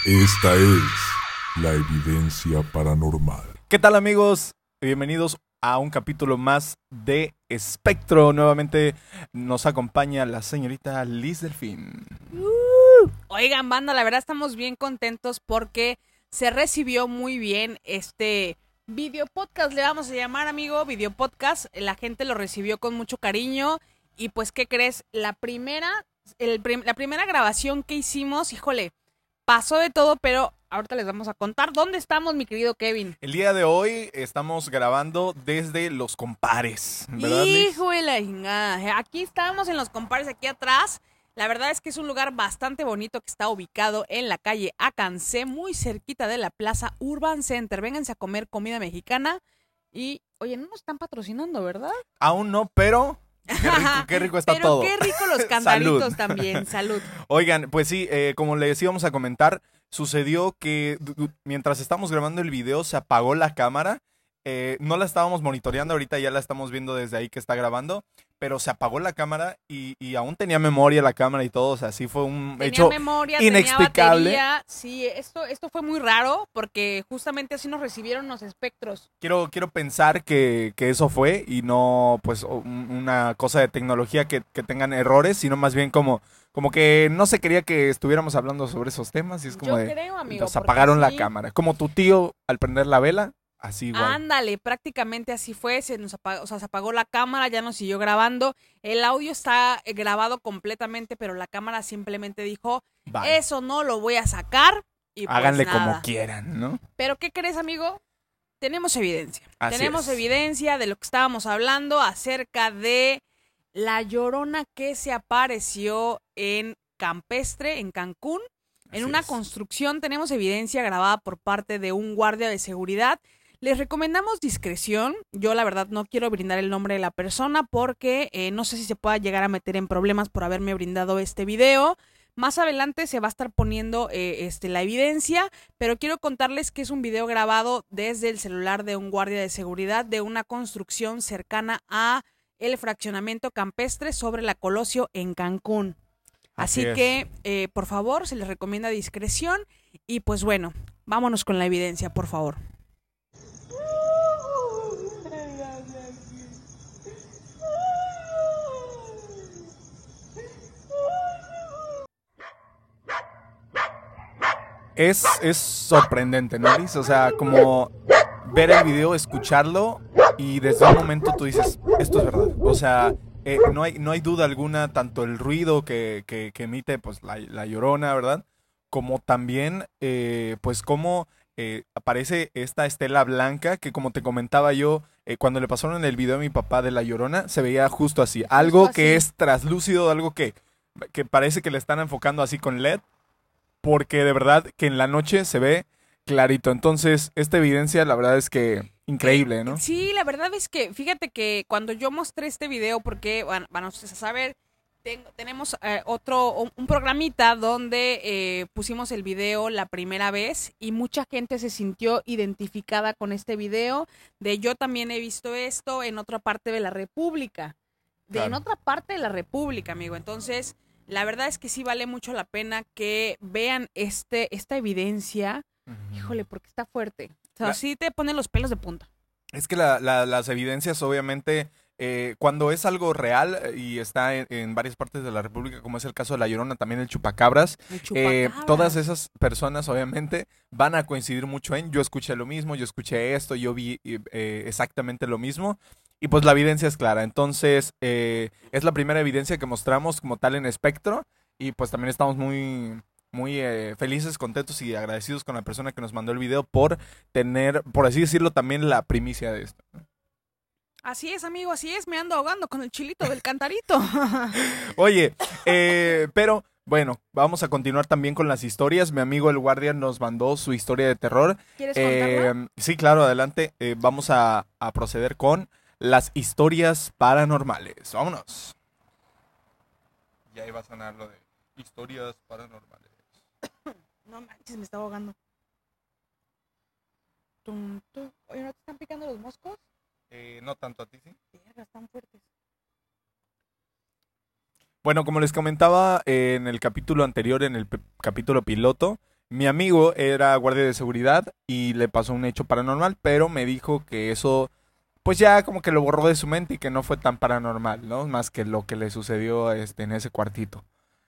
Esta es la evidencia paranormal. ¿Qué tal, amigos? Bienvenidos a un capítulo más de Espectro. Nuevamente nos acompaña la señorita Liz Delfín. Oigan, banda, la verdad estamos bien contentos porque se recibió muy bien este video podcast, le vamos a llamar, amigo, video podcast. La gente lo recibió con mucho cariño y pues, ¿qué crees? La primera grabación que hicimos, híjole, pasó de todo, pero ahorita les vamos a contar. ¿Dónde estamos, mi querido Kevin? El día de hoy estamos grabando desde Los Compares, ¿verdad, Liz? Hijo de la chingada. Aquí estábamos en Los Compares, aquí atrás. La verdad es que es un lugar bastante bonito que está ubicado en la calle Acancé, muy cerquita de la Plaza Urban Center. Vénganse a comer comida mexicana y, oye, no nos están patrocinando, ¿verdad? Aún no, pero qué rico está todo. Pero qué rico los cantaritos también. Salud. Oigan, pues sí, como les íbamos a comentar, sucedió que mientras estábamos grabando el video se apagó la cámara. No la estábamos monitoreando, ahorita ya la estamos viendo desde ahí que está grabando, pero se apagó la cámara y aún tenía memoria la cámara y todo, o sea, sí fue un hecho inexplicable. Tenía batería. Sí, esto fue muy raro porque justamente así nos recibieron los espectros. Quiero pensar que eso fue y no pues una cosa de tecnología que tengan errores, sino más bien como que no se quería que estuviéramos hablando sobre esos temas y es como amigo, nos apagaron la sí. cámara, como tu tío al prender la vela. Así igual. Ándale, prácticamente así fue, se apagó la cámara, ya nos siguió grabando, el audio está grabado completamente, pero la cámara simplemente dijo, Bye. Eso no lo voy a sacar y pues háganle nada. como quieran, ¿no? Pero ¿qué crees, amigo? Tenemos evidencia. Así Tenemos es. evidencia de lo que estábamos hablando acerca de la Llorona que se apareció en Campestre, en Cancún, en una construcción. Tenemos evidencia grabada por parte de un guardia de seguridad. Les recomendamos discreción. Yo la verdad no quiero brindar el nombre de la persona porque no sé si se pueda llegar a meter en problemas por haberme brindado este video. Más adelante se va a estar poniendo la evidencia, pero quiero contarles que es un video grabado desde el celular de un guardia de seguridad de una construcción cercana a el fraccionamiento Campestre sobre la Colosio en Cancún. Así que, por favor, se les recomienda discreción y pues bueno, vámonos con la evidencia, por favor. Es sorprendente, ¿no, Liz? O sea, como ver el video, escucharlo y desde un momento tú dices, esto es verdad. O sea, no hay duda alguna, tanto el ruido que emite pues la Llorona, ¿verdad? Como también, pues cómo aparece esta estela blanca que, como te comentaba yo, cuando le pasaron el video a mi papá de la Llorona, se veía justo así. Algo que es traslúcido, algo que parece que le están enfocando así con LED. Porque de verdad que en la noche se ve clarito. Entonces, esta evidencia, la verdad es que increíble, ¿no? Sí, la verdad es que, fíjate que cuando yo mostré este video, porque, van ustedes a saber, tenemos un programita donde pusimos el video la primera vez y mucha gente se sintió identificada con este video. Yo también he visto esto en otra parte de la República. En otra parte de la República, amigo. Entonces, la verdad es que sí vale mucho la pena que vean esta evidencia. Híjole, porque está fuerte. O sea, sí te ponen los pelos de punta. Es que las evidencias, obviamente, cuando es algo real y está en varias partes de la República, como es el caso de La Llorona, también el Chupacabras, todas esas personas, obviamente, van a coincidir mucho en, yo escuché lo mismo, yo escuché esto, yo vi exactamente lo mismo. Y pues la evidencia es clara, entonces es la primera evidencia que mostramos como tal en Espectro y pues también estamos muy felices, contentos y agradecidos con la persona que nos mandó el video por tener, por así decirlo, también la primicia de esto. Así es, amigo, así es, me ando ahogando con el chilito del cantarito. Oye, pero bueno, vamos a continuar también con las historias. Mi amigo el guardia nos mandó su historia de terror. ¿Quieres contarla? Sí, claro, adelante. Vamos a proceder con las historias paranormales. Vámonos. Y ahí va a sonar lo de historias paranormales. No manches, me está ahogando. Oye, ¿no te están picando los moscos? No tanto, a ti sí. Están fuertes. Bueno, como les comentaba en el capítulo anterior, en el capítulo piloto, Mi amigo era guardia de seguridad y le pasó un hecho paranormal, pero me dijo que eso, pues ya como que lo borró de su mente y que no fue tan paranormal, ¿no? Más que lo que le sucedió en ese cuartito.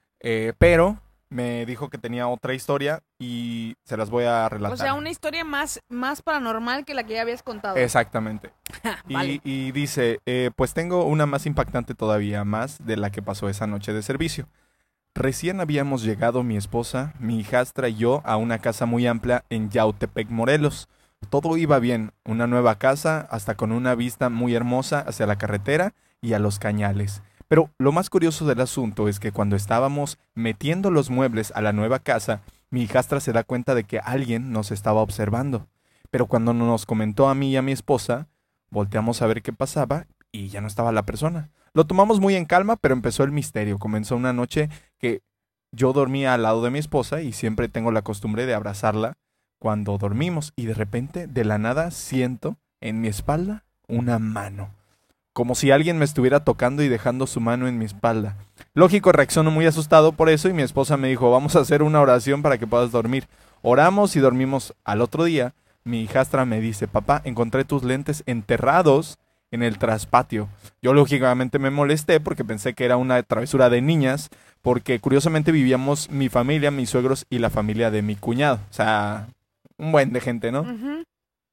Pero me dijo que tenía otra historia y se las voy a relatar. O sea, una historia más paranormal que la que ya habías contado. Exactamente. Vale. Y dice, pues tengo una más impactante todavía, más de la que pasó esa noche de servicio. Recién habíamos llegado mi esposa, mi hijastra y yo a una casa muy amplia en Yautepec, Morelos. Todo iba bien, una nueva casa, hasta con una vista muy hermosa hacia la carretera y a los cañales. Pero lo más curioso del asunto es que cuando estábamos metiendo los muebles a la nueva casa, mi hijastra se da cuenta de que alguien nos estaba observando. Pero cuando nos comentó a mí y a mi esposa, volteamos a ver qué pasaba y ya no estaba la persona. Lo tomamos muy en calma, pero empezó el misterio. Comenzó una noche que yo dormía al lado de mi esposa y siempre tengo la costumbre de abrazarla cuando dormimos. Y de repente, de la nada, siento en mi espalda una mano. Como si alguien me estuviera tocando y dejando su mano en mi espalda. Lógico, reacciono muy asustado por eso y mi esposa me dijo, vamos a hacer una oración para que puedas dormir. Oramos y dormimos. Al otro día, mi hijastra me dice, papá, encontré tus lentes enterrados en el traspatio. Yo lógicamente me molesté porque pensé que era una travesura de niñas, porque curiosamente vivíamos mi familia, mis suegros y la familia de mi cuñado. O sea, un buen de gente, ¿no? Ujú.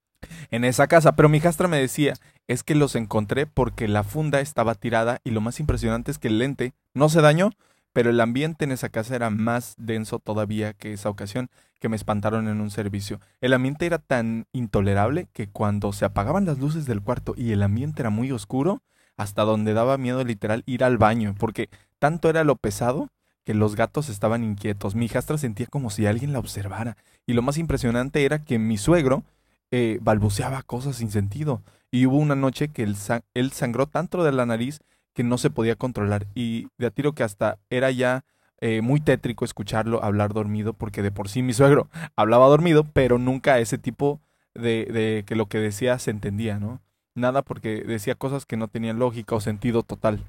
En esa casa, pero mi hijastra me decía, es que los encontré porque la funda estaba tirada y lo más impresionante es que el lente no se dañó, pero el ambiente en esa casa era más denso todavía que esa ocasión que me espantaron en un servicio. El ambiente era tan intolerable que cuando se apagaban las luces del cuarto y el ambiente era muy oscuro, hasta donde daba miedo literal ir al baño, porque tanto era lo pesado que los gatos estaban inquietos. Mi hijastra sentía como si alguien la observara y lo más impresionante era que mi suegro balbuceaba cosas sin sentido. Y hubo una noche que él sangró tanto de la nariz que no se podía controlar. Y de a tiro que hasta era ya muy tétrico escucharlo hablar dormido, porque de por sí mi suegro hablaba dormido, pero nunca ese tipo de que lo que decía se entendía, ¿no? Nada, porque decía cosas que no tenían lógica o sentido total.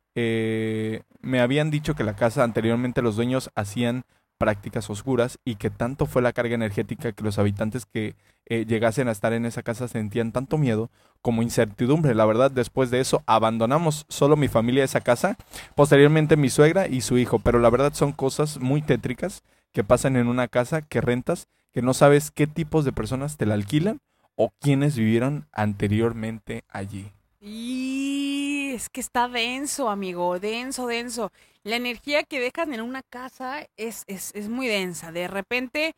Me habían dicho que la casa anteriormente los dueños hacían prácticas oscuras y que tanto fue la carga energética que los habitantes que llegasen a estar en esa casa sentían tanto miedo como incertidumbre. La verdad, después de eso abandonamos solo mi familia esa casa, posteriormente mi suegra y su hijo, pero la verdad son cosas muy tétricas que pasan en una casa que rentas, que no sabes qué tipos de personas te la alquilan o quiénes vivieron anteriormente allí. Y es que está denso, amigo, denso, denso. La energía que dejan en una casa es muy densa. De repente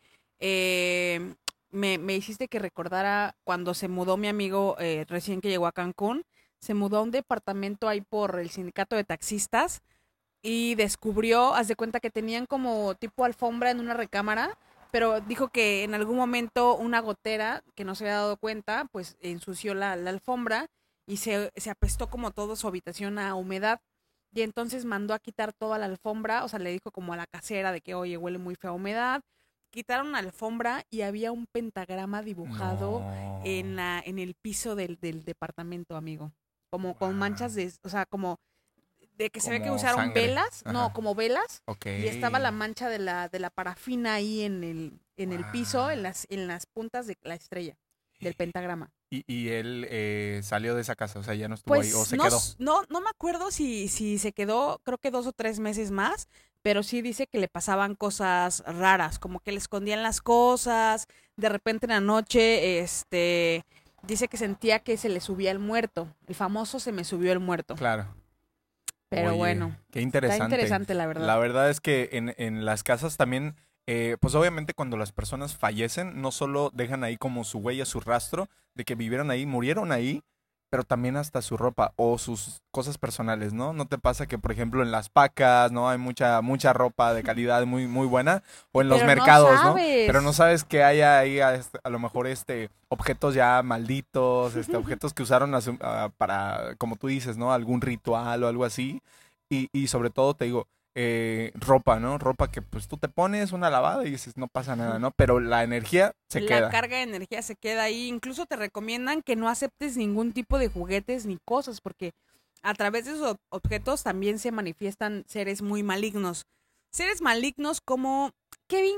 me hiciste que recordara cuando se mudó mi amigo recién que llegó a Cancún. Se mudó a un departamento ahí por el sindicato de taxistas y descubrió, haz de cuenta que tenían como tipo alfombra en una recámara, pero dijo que en algún momento una gotera que no se había dado cuenta, pues ensució la alfombra y se apestó como toda su habitación a humedad. Y entonces mandó a quitar toda la alfombra, o sea, le dijo como a la casera de que, oye, huele muy fea humedad. Quitaron la alfombra y había un pentagrama dibujado No. en el piso del departamento, amigo. Como con manchas de, o sea, como de que se ve que Como usaron sangre. velas, no, Ajá. como velas. Ok. Y estaba la mancha de la parafina ahí en el piso, en las puntas de la estrella del pentagrama. Y él salió de esa casa, o sea, ya no estuvo ahí, o Pues se no, quedó. no me acuerdo si se quedó, creo que 2 o 3 meses más, pero sí dice que le pasaban cosas raras, como que le escondían las cosas, de repente en la noche, dice que sentía que se le subía el muerto, el famoso se me subió el muerto. Claro. Pero Oye, bueno, qué está interesante. interesante la verdad. La verdad es que en las casas también, pues obviamente cuando las personas fallecen, no solo dejan ahí como su huella, su rastro de que vivieron ahí, murieron ahí, pero también hasta su ropa o sus cosas personales, ¿no? ¿No te pasa que, por ejemplo, en las pacas, ¿no? Hay mucha ropa de calidad muy, muy buena, o en los Pero no mercados, ¿no? sabes. Pero no sabes que hay ahí a lo mejor objetos ya malditos, objetos que usaron para, como tú dices, ¿no? Algún ritual o algo así. Y sobre todo, te digo, ropa, ¿no? Ropa que pues tú te pones una lavada y dices, no pasa nada, ¿no? Pero la energía se La queda. carga de energía se queda ahí. Incluso te recomiendan que no aceptes ningún tipo de juguetes ni cosas, porque a través de esos objetos también se manifiestan seres muy malignos. Seres malignos como, Kevin,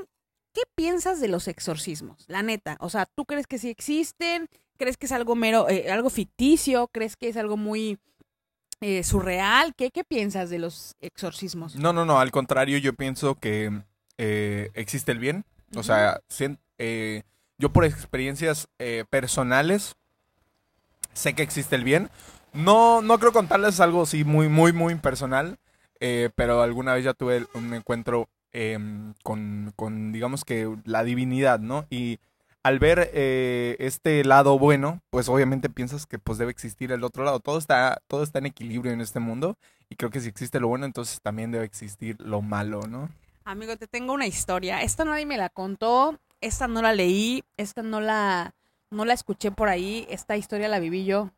¿qué piensas de los exorcismos? La neta, o sea, ¿tú crees que sí existen? ¿Crees que es algo mero, algo ficticio? ¿Crees que es algo muy surreal? ¿Qué piensas de los exorcismos? No, al contrario, yo pienso que existe el bien. O sea, yo por experiencias personales sé que existe el bien. No creo contarles algo así muy personal, pero alguna vez ya tuve un encuentro con, digamos que la divinidad, ¿no? Y al ver este lado bueno, pues obviamente piensas que pues debe existir el otro lado. Todo está en equilibrio en este mundo y creo que si existe lo bueno, entonces también debe existir lo malo, ¿no? Amigo, te tengo una historia. Esta nadie me la contó, esta no la leí, esta no la escuché por ahí, esta historia la viví yo.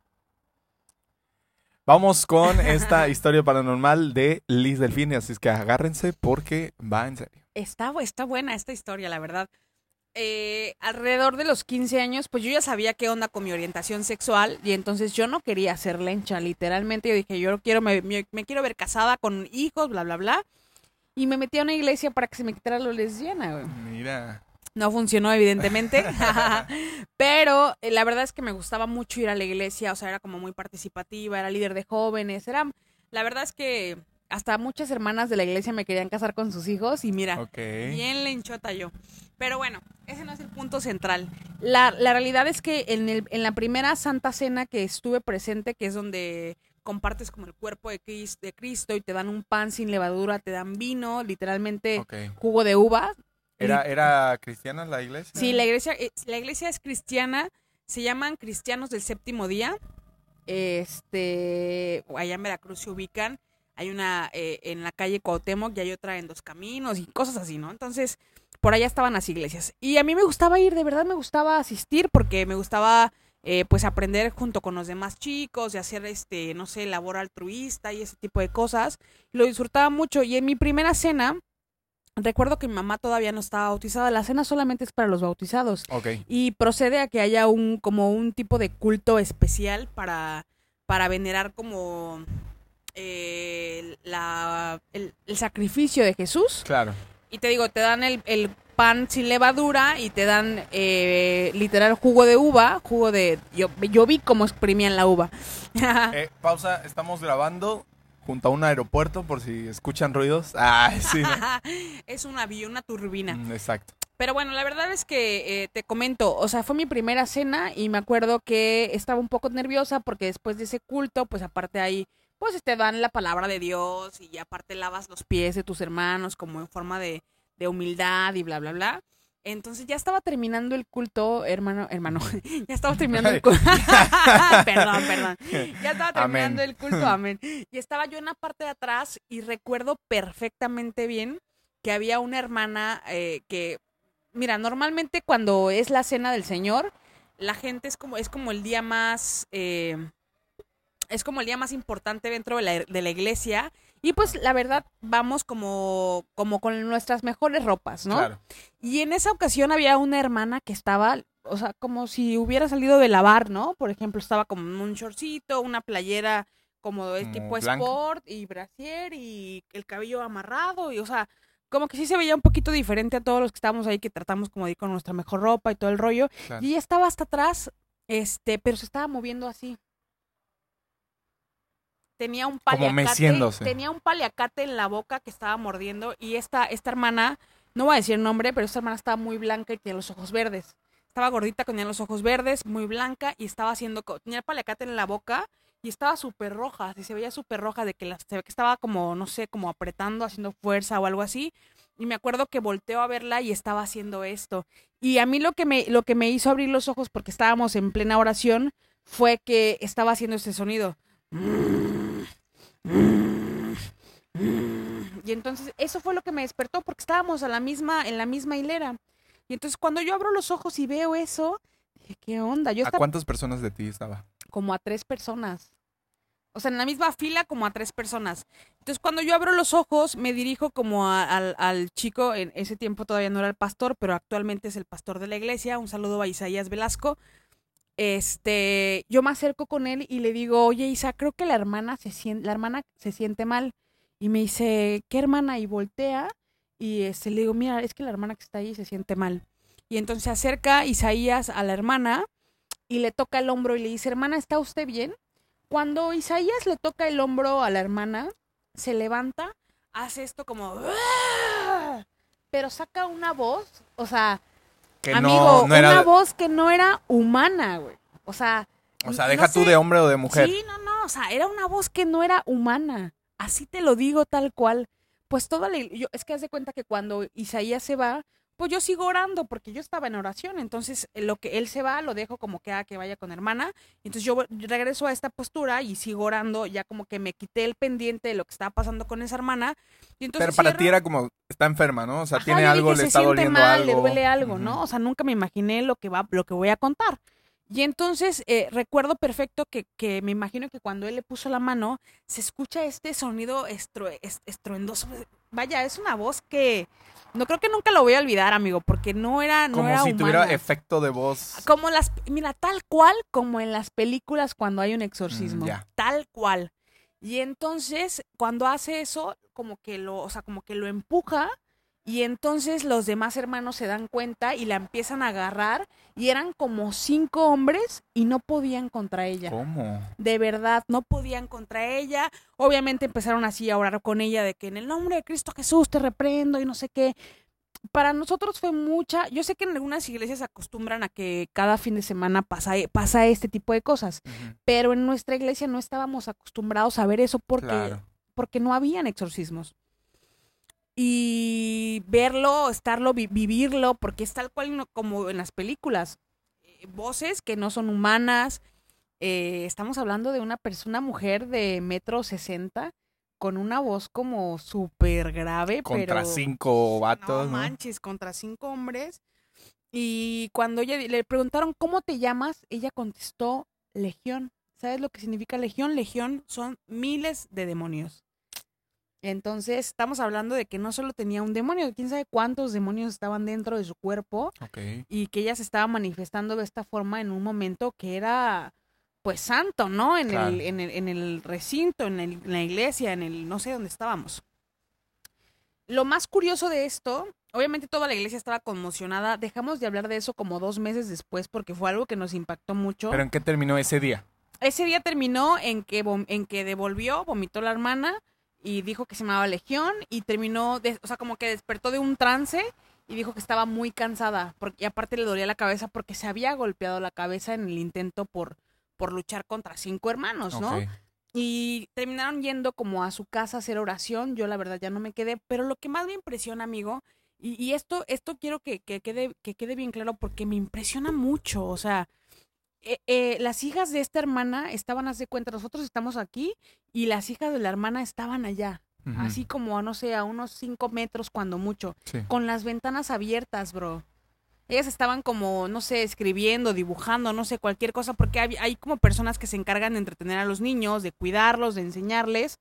Vamos con esta historia paranormal de Liz Delfín, así es que agárrense porque va en serio. Está buena esta historia, la verdad. Alrededor de los 15 años, pues yo ya sabía qué onda con mi orientación sexual y entonces yo no quería ser lencha, literalmente yo dije, yo quiero, me quiero ver casada con hijos, bla, bla, bla, y me metí a una iglesia para que se me quitara lo lesbiana, güey. Mira. No funcionó, evidentemente, pero la verdad es que me gustaba mucho ir a la iglesia, o sea, era como muy participativa, era líder de jóvenes, la verdad es que hasta muchas hermanas de la iglesia me querían casar con sus hijos y mira, bien lenchota yo. Pero bueno, ese no es el punto central. La realidad es que en la primera Santa Cena que estuve presente, que es donde compartes como el cuerpo de Cristo y te dan un pan sin levadura, te dan vino, literalmente jugo de uva. ¿Era cristiana la iglesia? Sí, la iglesia es cristiana, se llaman Cristianos del Séptimo Día. Allá en Veracruz se ubican. Hay una en la calle Cuauhtémoc y hay otra en Dos Caminos y cosas así, ¿no? Entonces, por allá estaban las iglesias. Y a mí me gustaba ir, de verdad me gustaba asistir porque me gustaba pues aprender junto con los demás chicos y hacer no sé, labor altruista y ese tipo de cosas. Lo disfrutaba mucho y en mi primera cena recuerdo que mi mamá todavía no estaba bautizada. La cena solamente es para los bautizados. Y procede a que haya como un tipo de culto especial para venerar como el sacrificio de Jesús. Claro. Y te digo, te dan el pan sin levadura y te dan literal jugo de uva, yo vi cómo exprimían la uva. Pausa, estamos grabando junto a un aeropuerto por si escuchan ruidos. Sí, ¿no? Es un avión, una turbina. Exacto. Pero bueno, la verdad es que te comento, o sea, fue mi primera cena y me acuerdo que estaba un poco nerviosa porque después de ese culto, pues aparte ahí, pues te dan la palabra de Dios y aparte lavas los pies de tus hermanos como en forma de humildad y bla, bla, bla. Entonces ya estaba terminando el culto, hermano, ya estaba terminando el culto. Perdón. Ya estaba terminando el culto, amén. Y estaba yo en la parte de atrás y recuerdo perfectamente bien que había una hermana que, mira, normalmente cuando es la cena del Señor, la gente es como el día más, es como el día más importante dentro de la iglesia. Y pues la verdad vamos como con nuestras mejores ropas, ¿no? Claro. Y en esa ocasión había una hermana que estaba, o sea, como si hubiera salido de lavar, ¿no? Por ejemplo, estaba como en un shortcito, una playera como de tipo sport y brasier y el cabello amarrado y, o sea, como que sí se veía un poquito diferente a todos los que estábamos ahí que tratamos como de ir con nuestra mejor ropa y todo el rollo. Claro. Y ella estaba hasta atrás, pero se estaba moviendo así. Tenía un paliacate en la boca que estaba mordiendo y esta hermana, no voy a decir el nombre, pero esta hermana estaba muy blanca y tenía los ojos verdes. Estaba gordita, tenía los ojos verdes, muy blanca y tenía el paliacate en la boca y estaba súper roja, así se veía súper roja de que se ve que estaba como, no sé, como apretando, haciendo fuerza o algo así. Y me acuerdo que volteó a verla y estaba haciendo esto. Y a mí lo que me hizo abrir los ojos porque estábamos en plena oración fue que estaba haciendo este sonido. Y entonces eso fue lo que me despertó porque estábamos en la misma hilera. Y entonces cuando yo abro los ojos y veo eso, dije, ¿qué onda? ¿A cuántas personas de ti estaba? Como a 3 personas. O sea, en la misma fila como a 3 personas. Entonces cuando yo abro los ojos me dirijo como al chico, en ese tiempo todavía no era el pastor, pero actualmente es el pastor de la iglesia. Un saludo a Isaías Velasco. Yo me acerco con él y le digo, oye Isa, creo que la hermana se siente mal. Y me dice, ¿qué hermana? Y voltea Y le digo, mira, es que la hermana que está ahí se siente mal. Y entonces se acerca Isaías a la hermana y le toca el hombro y le dice, hermana, ¿está usted bien? Cuando Isaías le toca el hombro a la hermana, se levanta, hace esto como... ¡ah! Pero saca una voz, o sea, Que amigo, no era... una voz que no era humana, güey. O sea, deja tú de hombre o de mujer. Sí, no, o sea, era una voz que no era humana. Así te lo digo tal cual. Pues es que haz de cuenta que cuando Isaías se va, pues yo sigo orando porque yo estaba en oración. Entonces, lo que él se va, lo dejo como que vaya con hermana. Entonces yo regreso a esta postura y sigo orando. Ya como que me quité el pendiente de lo que estaba pasando con esa hermana. Y entonces pero para ti era como, está enferma, ¿no? O sea, Ajá, tiene yo algo, dije, le se está siente doliendo mal, algo. le duele algo, Ujú. ¿no? O sea, nunca me imaginé lo que voy a contar. Y entonces recuerdo perfecto que me imagino que cuando él le puso la mano, se escucha este sonido estruendoso. Vaya, es una voz que no creo que nunca lo voy a olvidar, amigo, porque no era Como era si humana. tuviera efecto de voz. Mira, tal cual como en las películas cuando hay un exorcismo. Ya. Tal cual. Y entonces, cuando hace eso, como que lo empuja. Y entonces los demás hermanos se dan cuenta y la empiezan a agarrar. Y eran como 5 hombres y no podían contra ella. ¿Cómo? De verdad, no podían contra ella. Obviamente empezaron así a orar con ella de que en el nombre de Cristo Jesús te reprendo y no sé qué. Para nosotros fue mucha. Yo sé que en algunas iglesias acostumbran a que cada fin de semana pasa este tipo de cosas. Ujú. Pero en nuestra iglesia no estábamos acostumbrados a ver eso Claro. porque no habían exorcismos. Y verlo, vivirlo, porque es tal cual como en las películas. Voces que no son humanas. Estamos hablando de una mujer de 1.60 m con una voz como súper grave. Contra pero 5 vatos, no ¿no? manches, contra 5 hombres. Y cuando ella le preguntaron, ¿cómo te llamas? Ella contestó, Legión. ¿Sabes lo que significa Legión? Legión son miles de demonios. Entonces, estamos hablando de que no solo tenía un demonio, quién sabe cuántos demonios estaban dentro de su cuerpo Ok. y que ella se estaba manifestando de esta forma en un momento que era, pues, santo, ¿no? Claro. En el recinto, en la iglesia, no sé dónde estábamos. Lo más curioso de esto, obviamente toda la iglesia estaba conmocionada. Dejamos de hablar de eso como 2 meses después porque fue algo que nos impactó mucho. ¿Pero en qué terminó ese día? Ese día terminó en que vomitó la hermana y dijo que se llamaba Legión y terminó, o sea, como que despertó de un trance y dijo que estaba muy cansada y aparte le dolía la cabeza porque se había golpeado la cabeza en el intento por luchar contra 5 hermanos, ¿no? Ok. Y terminaron yendo como a su casa a hacer oración. Yo la verdad ya no me quedé, pero lo que más me impresiona, amigo, y esto quiero que quede bien claro porque me impresiona mucho, o sea, las hijas de esta hermana estaban, haz de cuenta, nosotros estamos aquí y las hijas de la hermana estaban allá, Ujú. así como, no sé, a unos 5 metros cuando mucho, Sí. con las ventanas abiertas, bro. Ellas estaban como, no sé, escribiendo, dibujando, no sé, cualquier cosa, porque hay como personas que se encargan de entretener a los niños, de cuidarlos, de enseñarles,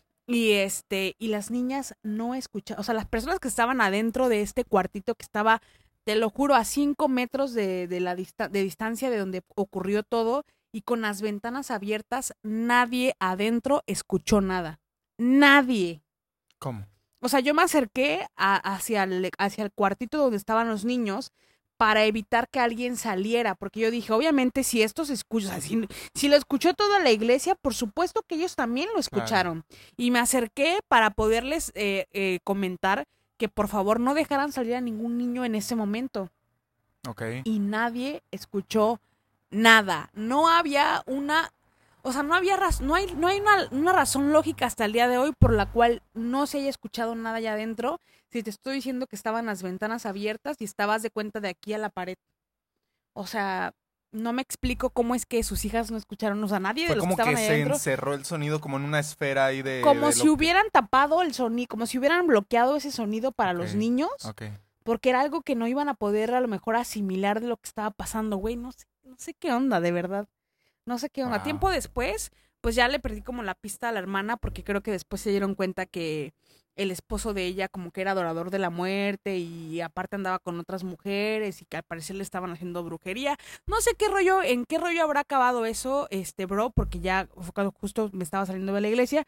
y las niñas no escuchaban, o sea, las personas que estaban adentro de este cuartito que estaba, te lo juro, a 5 metros de distancia de donde ocurrió todo, y con las ventanas abiertas, nadie adentro escuchó nada. Nadie. ¿Cómo? O sea, yo me acerqué hacia el cuartito donde estaban los niños para evitar que alguien saliera, porque yo dije, obviamente, si esto se escucha, o sea, si lo escuchó toda la iglesia, por supuesto que ellos también lo escucharon. Y me acerqué para poderles comentar que por favor no dejaran salir a ningún niño en ese momento. Ok. Y nadie escuchó nada. No había una... O sea, no hay una razón lógica hasta el día de hoy por la cual no se haya escuchado nada allá adentro. Si te estoy diciendo que estaban las ventanas abiertas y estabas de cuenta de aquí a la pared. O sea, no me explico cómo es que sus hijas no escucharon. O sea, nadie de Fue los que como estaban que allá se adentro. encerró el sonido como en una esfera ahí de... Como de si lo que- hubieran tapado el sonido, como si hubieran bloqueado ese sonido para Ok. los niños. Ok. Porque era algo que no iban a poder a lo mejor asimilar de lo que estaba pasando, güey. No sé qué onda, de verdad. No sé qué onda. Wow. Tiempo después, pues ya le perdí como la pista a la hermana porque creo que después se dieron cuenta que el esposo de ella como que era adorador de la muerte y aparte andaba con otras mujeres y que al parecer le estaban haciendo brujería. No sé en qué rollo habrá acabado eso, bro, porque ya fue cuando justo me estaba saliendo de la iglesia,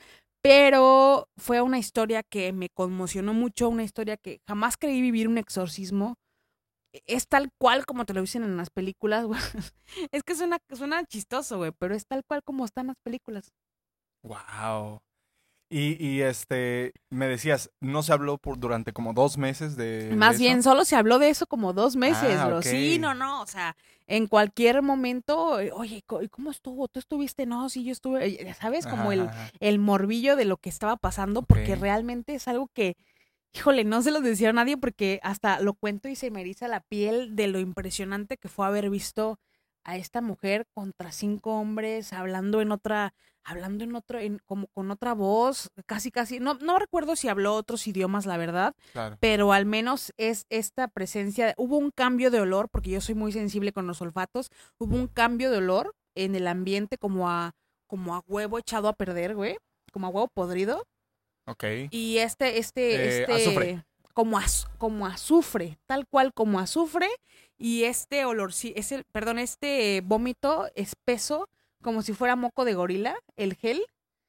Pero fue una historia que me conmocionó mucho, una historia que jamás creí vivir un exorcismo. Es tal cual como te lo dicen en las películas, güey. Es que suena chistoso, güey, pero es tal cual como están las películas. Wow. Y me decías, no se habló durante como 2 meses de Más eso. bien, solo se habló de eso como 2 meses, Ah, bro. ok. Sí, no, o sea, en cualquier momento, oye, ¿y cómo estuvo? ¿Tú estuviste? No, sí, yo estuve, ya sabes, como Ajá. el morbillo de lo que estaba pasando, porque Ok. realmente es algo que, híjole, no se lo decía a nadie porque hasta lo cuento y se me eriza la piel de lo impresionante que fue haber visto a esta mujer contra 5 hombres hablando en como con otra voz, casi, no recuerdo si habló otros idiomas, la verdad, Claro. pero al menos es esta presencia, hubo un cambio de olor, porque yo soy muy sensible con los olfatos, hubo un cambio de olor en el ambiente como a huevo echado a perder, güey, como a huevo podrido, Ok. y Azufre. como azufre, tal cual como azufre, y este olor, sí, este vómito espeso, como si fuera moco de gorila, el gel.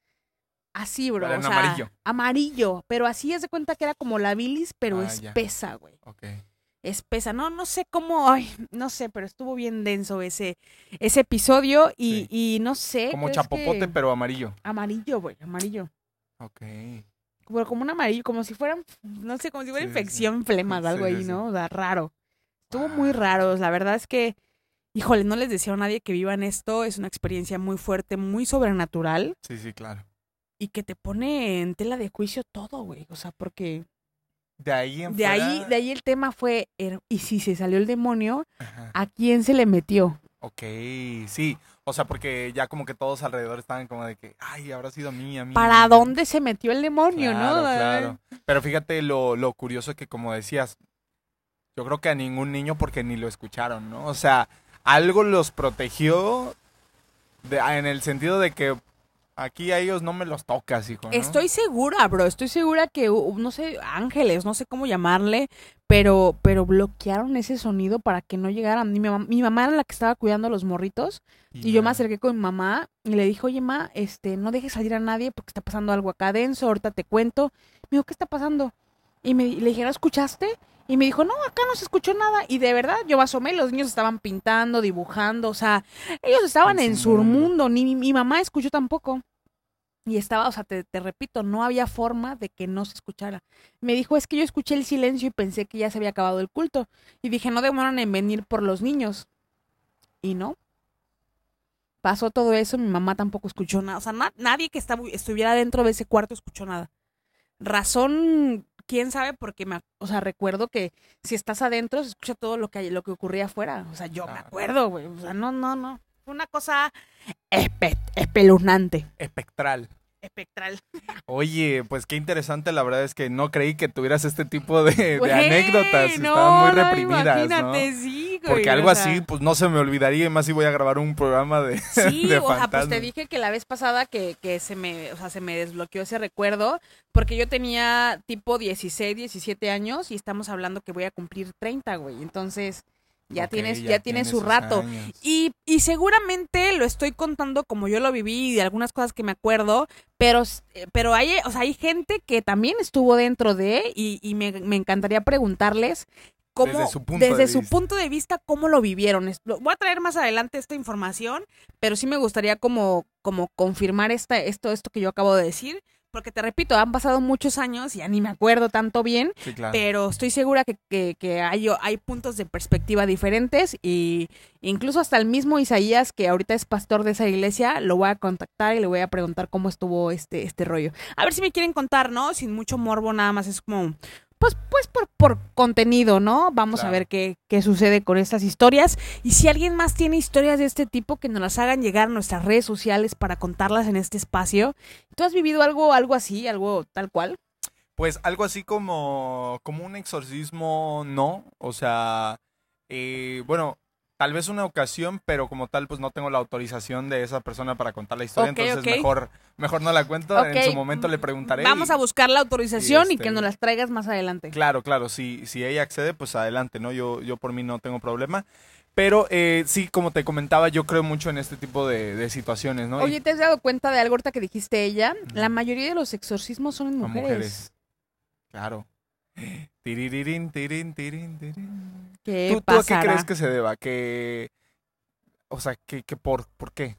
Así, bro. Pero en o sea, amarillo. amarillo. Pero así es de cuenta que era como la bilis, pero Ya. espesa, güey. Ok. Espesa. No sé cómo, ay, no sé, pero estuvo bien denso ese episodio y no sé. Como ¿crees chapopote, que- pero amarillo. Amarillo, güey, amarillo. Ok. Como un amarillo, como si fuera, no sé, como si fuera Sí, sí, sí. infección, flemas, algo Sí, ahí, sí, ¿no? sí. O sea, raro. Estuvo Wow. muy raro. La verdad es que, híjole, no les deseo a nadie que vivan esto. Es una experiencia muy fuerte, muy sobrenatural. Sí, claro. Y que te pone en tela de juicio todo, güey. O sea, porque De ahí en de fuera. ahí el tema fue, ¿y si se salió el demonio? Ajá. ¿A quién se le metió? Ok, sí. O sea, porque ya como que todos alrededor estaban como de que, ay, habrá sido a mí. ¿Para dónde se metió el demonio, Claro, no? claro. Pero fíjate lo curioso que, como decías, yo creo que a ningún niño porque ni lo escucharon, ¿no? O sea, algo los protegió en el sentido de que aquí a ellos no me los tocas, hijo, ¿no? Estoy segura, bro. Estoy segura que, no sé, ángeles, no sé cómo llamarle, pero bloquearon ese sonido para que no llegaran. Mi mamá era la que estaba cuidando a los morritos y yo me acerqué con mi mamá y le dije, oye, ma, no dejes salir a nadie porque está pasando algo acá denso, ahorita te cuento. Me dijo, ¿qué está pasando? Y le dije, ¿no escuchaste? Y me dijo, no, acá no se escuchó nada. Y de verdad, yo me asomé, los niños estaban pintando, dibujando, o sea, ellos estaban en su mundo, ni mi mamá escuchó tampoco. Y estaba, o sea, te repito, no había forma de que no se escuchara. Me dijo, es que yo escuché el silencio y pensé que ya se había acabado el culto. Y dije, no demoran en venir por los niños. Y no. Pasó todo eso, mi mamá tampoco escuchó nada. O sea, nadie que estuviera dentro de ese cuarto escuchó nada. Razón, quién sabe, porque o sea, recuerdo que si estás adentro se escucha todo lo que ocurría afuera. O sea, yo me acuerdo, güey. O sea, no. Fue una cosa espeluznante. Espectral. Espectral. Oye, pues qué interesante, la verdad es que no creí que tuvieras este tipo de Güey, anécdotas, estaban muy reprimidas, imagínate, ¿no? sí, güey, Porque algo o sea, así, pues no se me olvidaría, y más si voy a grabar un programa de, sí, de o sea, pues fantasmas. te dije que la vez pasada que se me desbloqueó ese recuerdo, porque yo tenía tipo 16, 17 años y estamos hablando que voy a cumplir 30, güey, entonces ya Ok, tiene su sus rato. años. Y seguramente lo estoy contando como yo lo viví y de algunas cosas que me acuerdo, pero hay, o sea, hay gente que también estuvo dentro de y me encantaría preguntarles cómo, desde su punto de vista, cómo lo vivieron. Voy a traer más adelante esta información, pero sí me gustaría como confirmar esto que yo acabo de decir. Porque te repito, han pasado muchos años y ya ni me acuerdo tanto bien, Sí, claro. pero estoy segura que hay puntos de perspectiva diferentes y incluso hasta el mismo Isaías, que ahorita es pastor de esa iglesia, lo voy a contactar y le voy a preguntar cómo estuvo este rollo. A ver si me quieren contar, ¿no? Sin mucho morbo, nada más es como... Pues por contenido, ¿no? Vamos Claro. a ver qué sucede con estas historias. Y si alguien más tiene historias de este tipo, que nos las hagan llegar a nuestras redes sociales para contarlas en este espacio. ¿Tú has vivido algo así, algo tal cual? Pues algo así como un exorcismo, no. O sea, bueno, tal vez una ocasión, pero como tal, pues no tengo la autorización de esa persona para contar la historia. Ok, entonces ok. mejor no la cuento. Ok. En su momento le preguntaré. Vamos a buscar la autorización y y que nos las traigas más adelante. Claro, si ella accede, pues adelante, ¿no? Yo por mí no tengo problema. Pero sí, como te comentaba, yo creo mucho en este tipo de situaciones, ¿no? Oye, ¿te has dado cuenta de algo ahorita que dijiste ella? La mayoría de los exorcismos son en mujeres. Claro. Tiririrín, tirín, tirín, tirín. ¿Qué ¿Tú a qué pasará? crees que se deba? O sea, ¿por qué?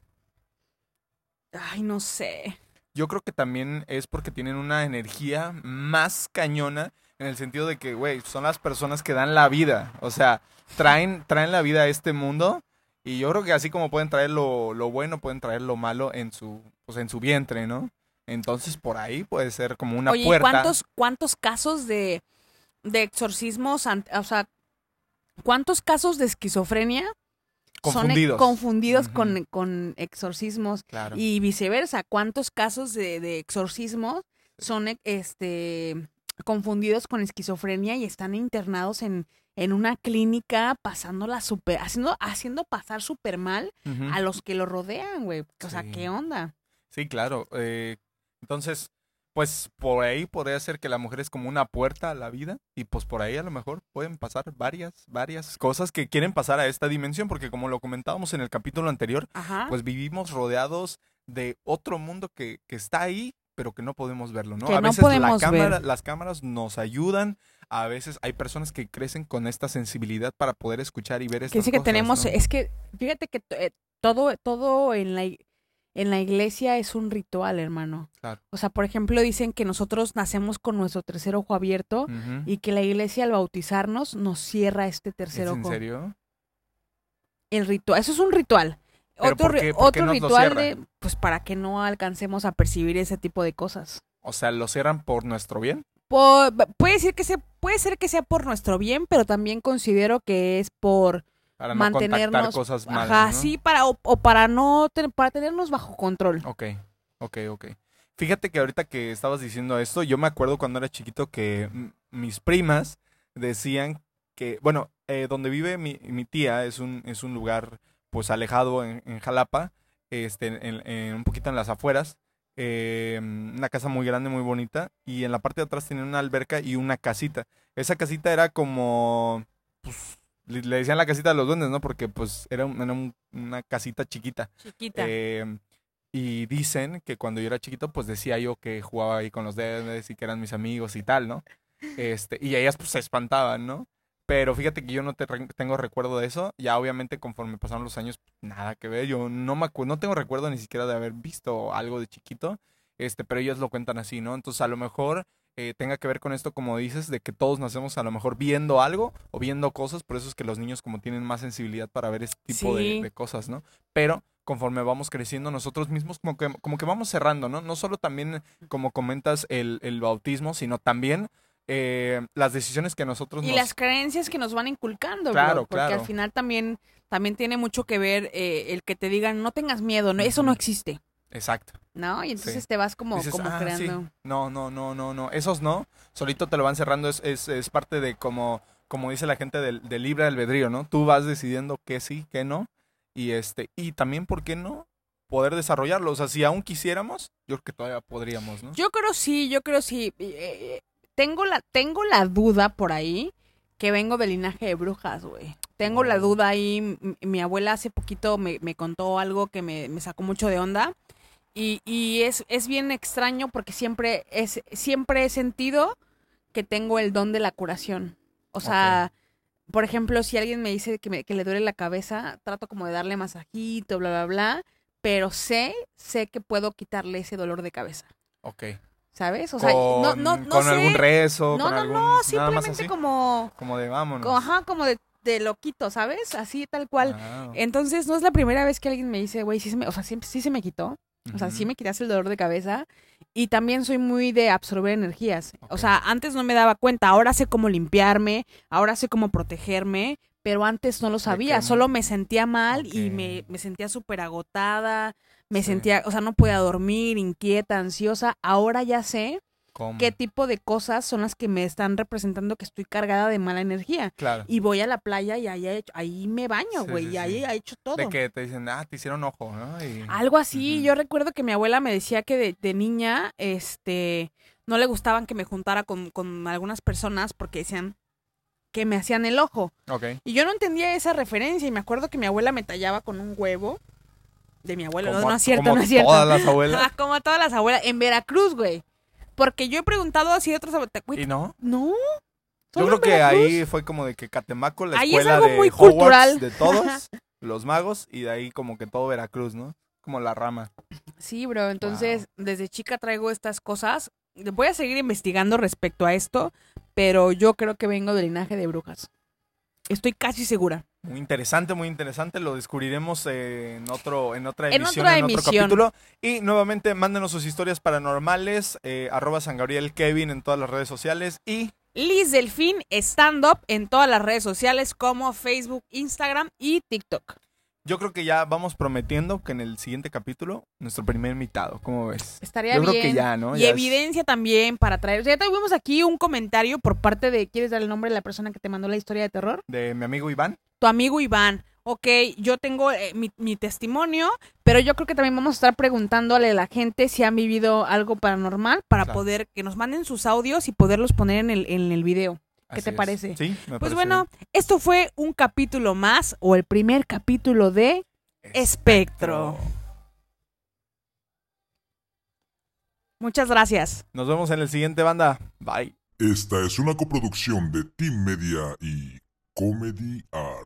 Ay, no sé. Yo creo que también es porque tienen una energía más cañona en el sentido de que, güey, son las personas que dan la vida. O sea, traen la vida a este mundo y yo creo que así como pueden traer lo bueno, pueden traer lo malo pues en su vientre, ¿no? Entonces por ahí puede ser como una Oye, puerta. ¿cuántos casos de exorcismos, o sea, cuántos casos de esquizofrenia Confundidos. son confundidos Ujú. con exorcismos? Claro. Y viceversa, ¿cuántos casos de exorcismos Sí. son confundidos con esquizofrenia y están internados en una clínica pasándola haciendo pasar súper mal Ujú. a los que lo rodean, güey? O sea, Sí. ¿qué onda? Sí, claro. Entonces, pues por ahí podría ser que la mujer es como una puerta a la vida y pues por ahí a lo mejor pueden pasar varias cosas que quieren pasar a esta dimensión porque como lo comentábamos en el capítulo anterior, Ajá. pues vivimos rodeados de otro mundo que está ahí, pero que no podemos verlo, ¿no? Que A no veces podemos ver. las cámaras nos ayudan, a veces hay personas que crecen con esta sensibilidad para poder escuchar y ver Que estas dice que cosas, tenemos, ¿no? es que, fíjate que todo en la iglesia es un ritual, hermano. Claro. O sea, por ejemplo, dicen que nosotros nacemos con nuestro tercer ojo abierto Ujú. y que la iglesia al bautizarnos nos cierra este ¿Es tercer en ojo. serio? El ritual, eso es un ritual. ¿Pero Otro, por qué otro nos lo ritual cierra? pues para que no alcancemos a percibir ese tipo de cosas. O sea, ¿lo cierran por nuestro bien? Puede ser que sea por nuestro bien, pero también considero que es por Para no contactar mantenernos, cosas malas, ajá, ¿no? sí, o para no para tenernos bajo control. Ok. Fíjate que ahorita que estabas diciendo esto, yo me acuerdo cuando era chiquito que mis primas decían que, bueno, donde vive mi tía es un lugar pues alejado en Jalapa, un poquito en las afueras, una casa muy grande, muy bonita, y en la parte de atrás tenía una alberca y una casita. Esa casita era como, pues, le decían la casita de los duendes, ¿no? Porque pues una casita chiquita. Chiquita. Y dicen que cuando yo era chiquito, pues decía yo que jugaba ahí con los duendes y que eran mis amigos y tal, ¿no? Y ellas pues se espantaban, ¿no? Pero fíjate que yo no tengo recuerdo de eso. Ya obviamente conforme pasaron los años, nada que ver. Yo no tengo recuerdo ni siquiera de haber visto algo de chiquito. Pero ellos lo cuentan así, ¿no? Entonces a lo mejor tenga que ver con esto, como dices, de que todos nacemos a lo mejor viendo algo o viendo cosas. Por eso es que los niños como tienen más sensibilidad para ver este tipo Sí. de cosas, ¿no? Pero conforme vamos creciendo nosotros mismos como que vamos cerrando, ¿no? No solo también, como comentas, el bautismo, sino también las decisiones que nosotros Y las creencias que nos van inculcando, Claro, bro, porque claro. al final también tiene mucho que ver el que te digan, no tengas miedo, no, eso no Ujú. existe, Exacto. ¿no? Y entonces Sí. te vas como Dices, sí, creando. no, esos no, solito te lo van cerrando, es parte de como dice la gente del libre albedrío, ¿no? Tú vas decidiendo qué sí, qué no, y también, ¿por qué no? Poder desarrollarlo, o sea, si aún quisiéramos, yo creo que todavía podríamos, ¿no? Yo creo sí. Tengo la duda por ahí que vengo del linaje de brujas, güey. Tengo la Oh. duda ahí. Mi abuela hace poquito me contó algo que me sacó mucho de onda. Y es bien extraño porque siempre he sentido que tengo el don de la curación. O sea, por ejemplo, si alguien me dice que le duele la cabeza, trato como de darle masajito, bla, bla, bla. Pero sé que puedo quitarle ese dolor de cabeza. Ok. ¿Sabes? O sea, no Con sé. algún rezo, No, con no, algún, no, nada más simplemente así, como, como de vámonos. como de loquito, ¿sabes? Así, tal cual. Wow. Entonces, no es la primera vez que alguien me dice, güey, o sea, sí se me quitó. O sea, sí Ujú. me quitaste el dolor de cabeza. Y también soy muy de absorber energías. O Ok. sea, antes no me daba cuenta. Ahora sé cómo limpiarme, ahora sé cómo protegerme, pero antes no lo sabía. que- Solo me sentía mal y Ok. me sentía súper agotada. Me Sí. sentía, o sea, no podía dormir, inquieta, ansiosa. Ahora ya sé ¿Cómo? qué tipo de cosas son las que me están representando que estoy cargada de mala energía. Claro. Y voy a la playa y ahí me baño, Sí, güey, sí, y ahí sí. he hecho todo. De que te dicen, te hicieron ojo, ¿no? Algo así, Ujú. yo recuerdo que mi abuela me decía que de niña, no le gustaban que me juntara con algunas personas porque decían que me hacían el ojo. Ok. Y yo no entendía esa referencia y me acuerdo que mi abuela me tallaba con un huevo de mi abuela. No, no es cierto, como no es cierto. todas las abuelas. Como todas las abuelas. En Veracruz, güey. Porque yo he preguntado así de otros abuelos. ¿Y no? No. Yo creo que ahí fue como de que Catemaco, la Ahí es escuela algo de muy Hogwarts cultural. de todos, los magos, y de ahí como que todo Veracruz, ¿no? Como la rama. Sí, bro. Entonces, desde chica traigo estas cosas. Voy a seguir investigando respecto a esto, pero yo creo que vengo del linaje de brujas. Estoy casi segura. Muy interesante, muy interesante. Lo descubriremos en otra En emisión, otra en otro emisión. capítulo. Y nuevamente, mándenos sus historias paranormales, @SanGabrielKevin en todas las redes sociales. Y Liz Delfín Stand Up en todas las redes sociales como Facebook, Instagram y TikTok. yo creo que ya vamos prometiendo que en el siguiente capítulo, nuestro primer invitado. ¿Cómo ves? Estaría Yo bien. creo que ya, ¿no? Y Ya es- evidencia también para traer. O sea, ya tuvimos aquí un comentario por parte de. ¿Quieres dar el nombre de la persona que te mandó la historia de terror? De mi amigo Iván. Tu amigo Iván. Ok, yo tengo mi testimonio, pero yo creo que también vamos a estar preguntándole a la gente si han vivido algo paranormal para Claro. poder que nos manden sus audios y poderlos poner en el video. ¿Qué Así te es. parece? Sí, me Pues parece bueno, esto fue un capítulo más o el primer capítulo de bien. Espectro. Muchas gracias. Nos vemos en el siguiente, banda. Bye. Esta es una coproducción de Team Media y Comedy Art.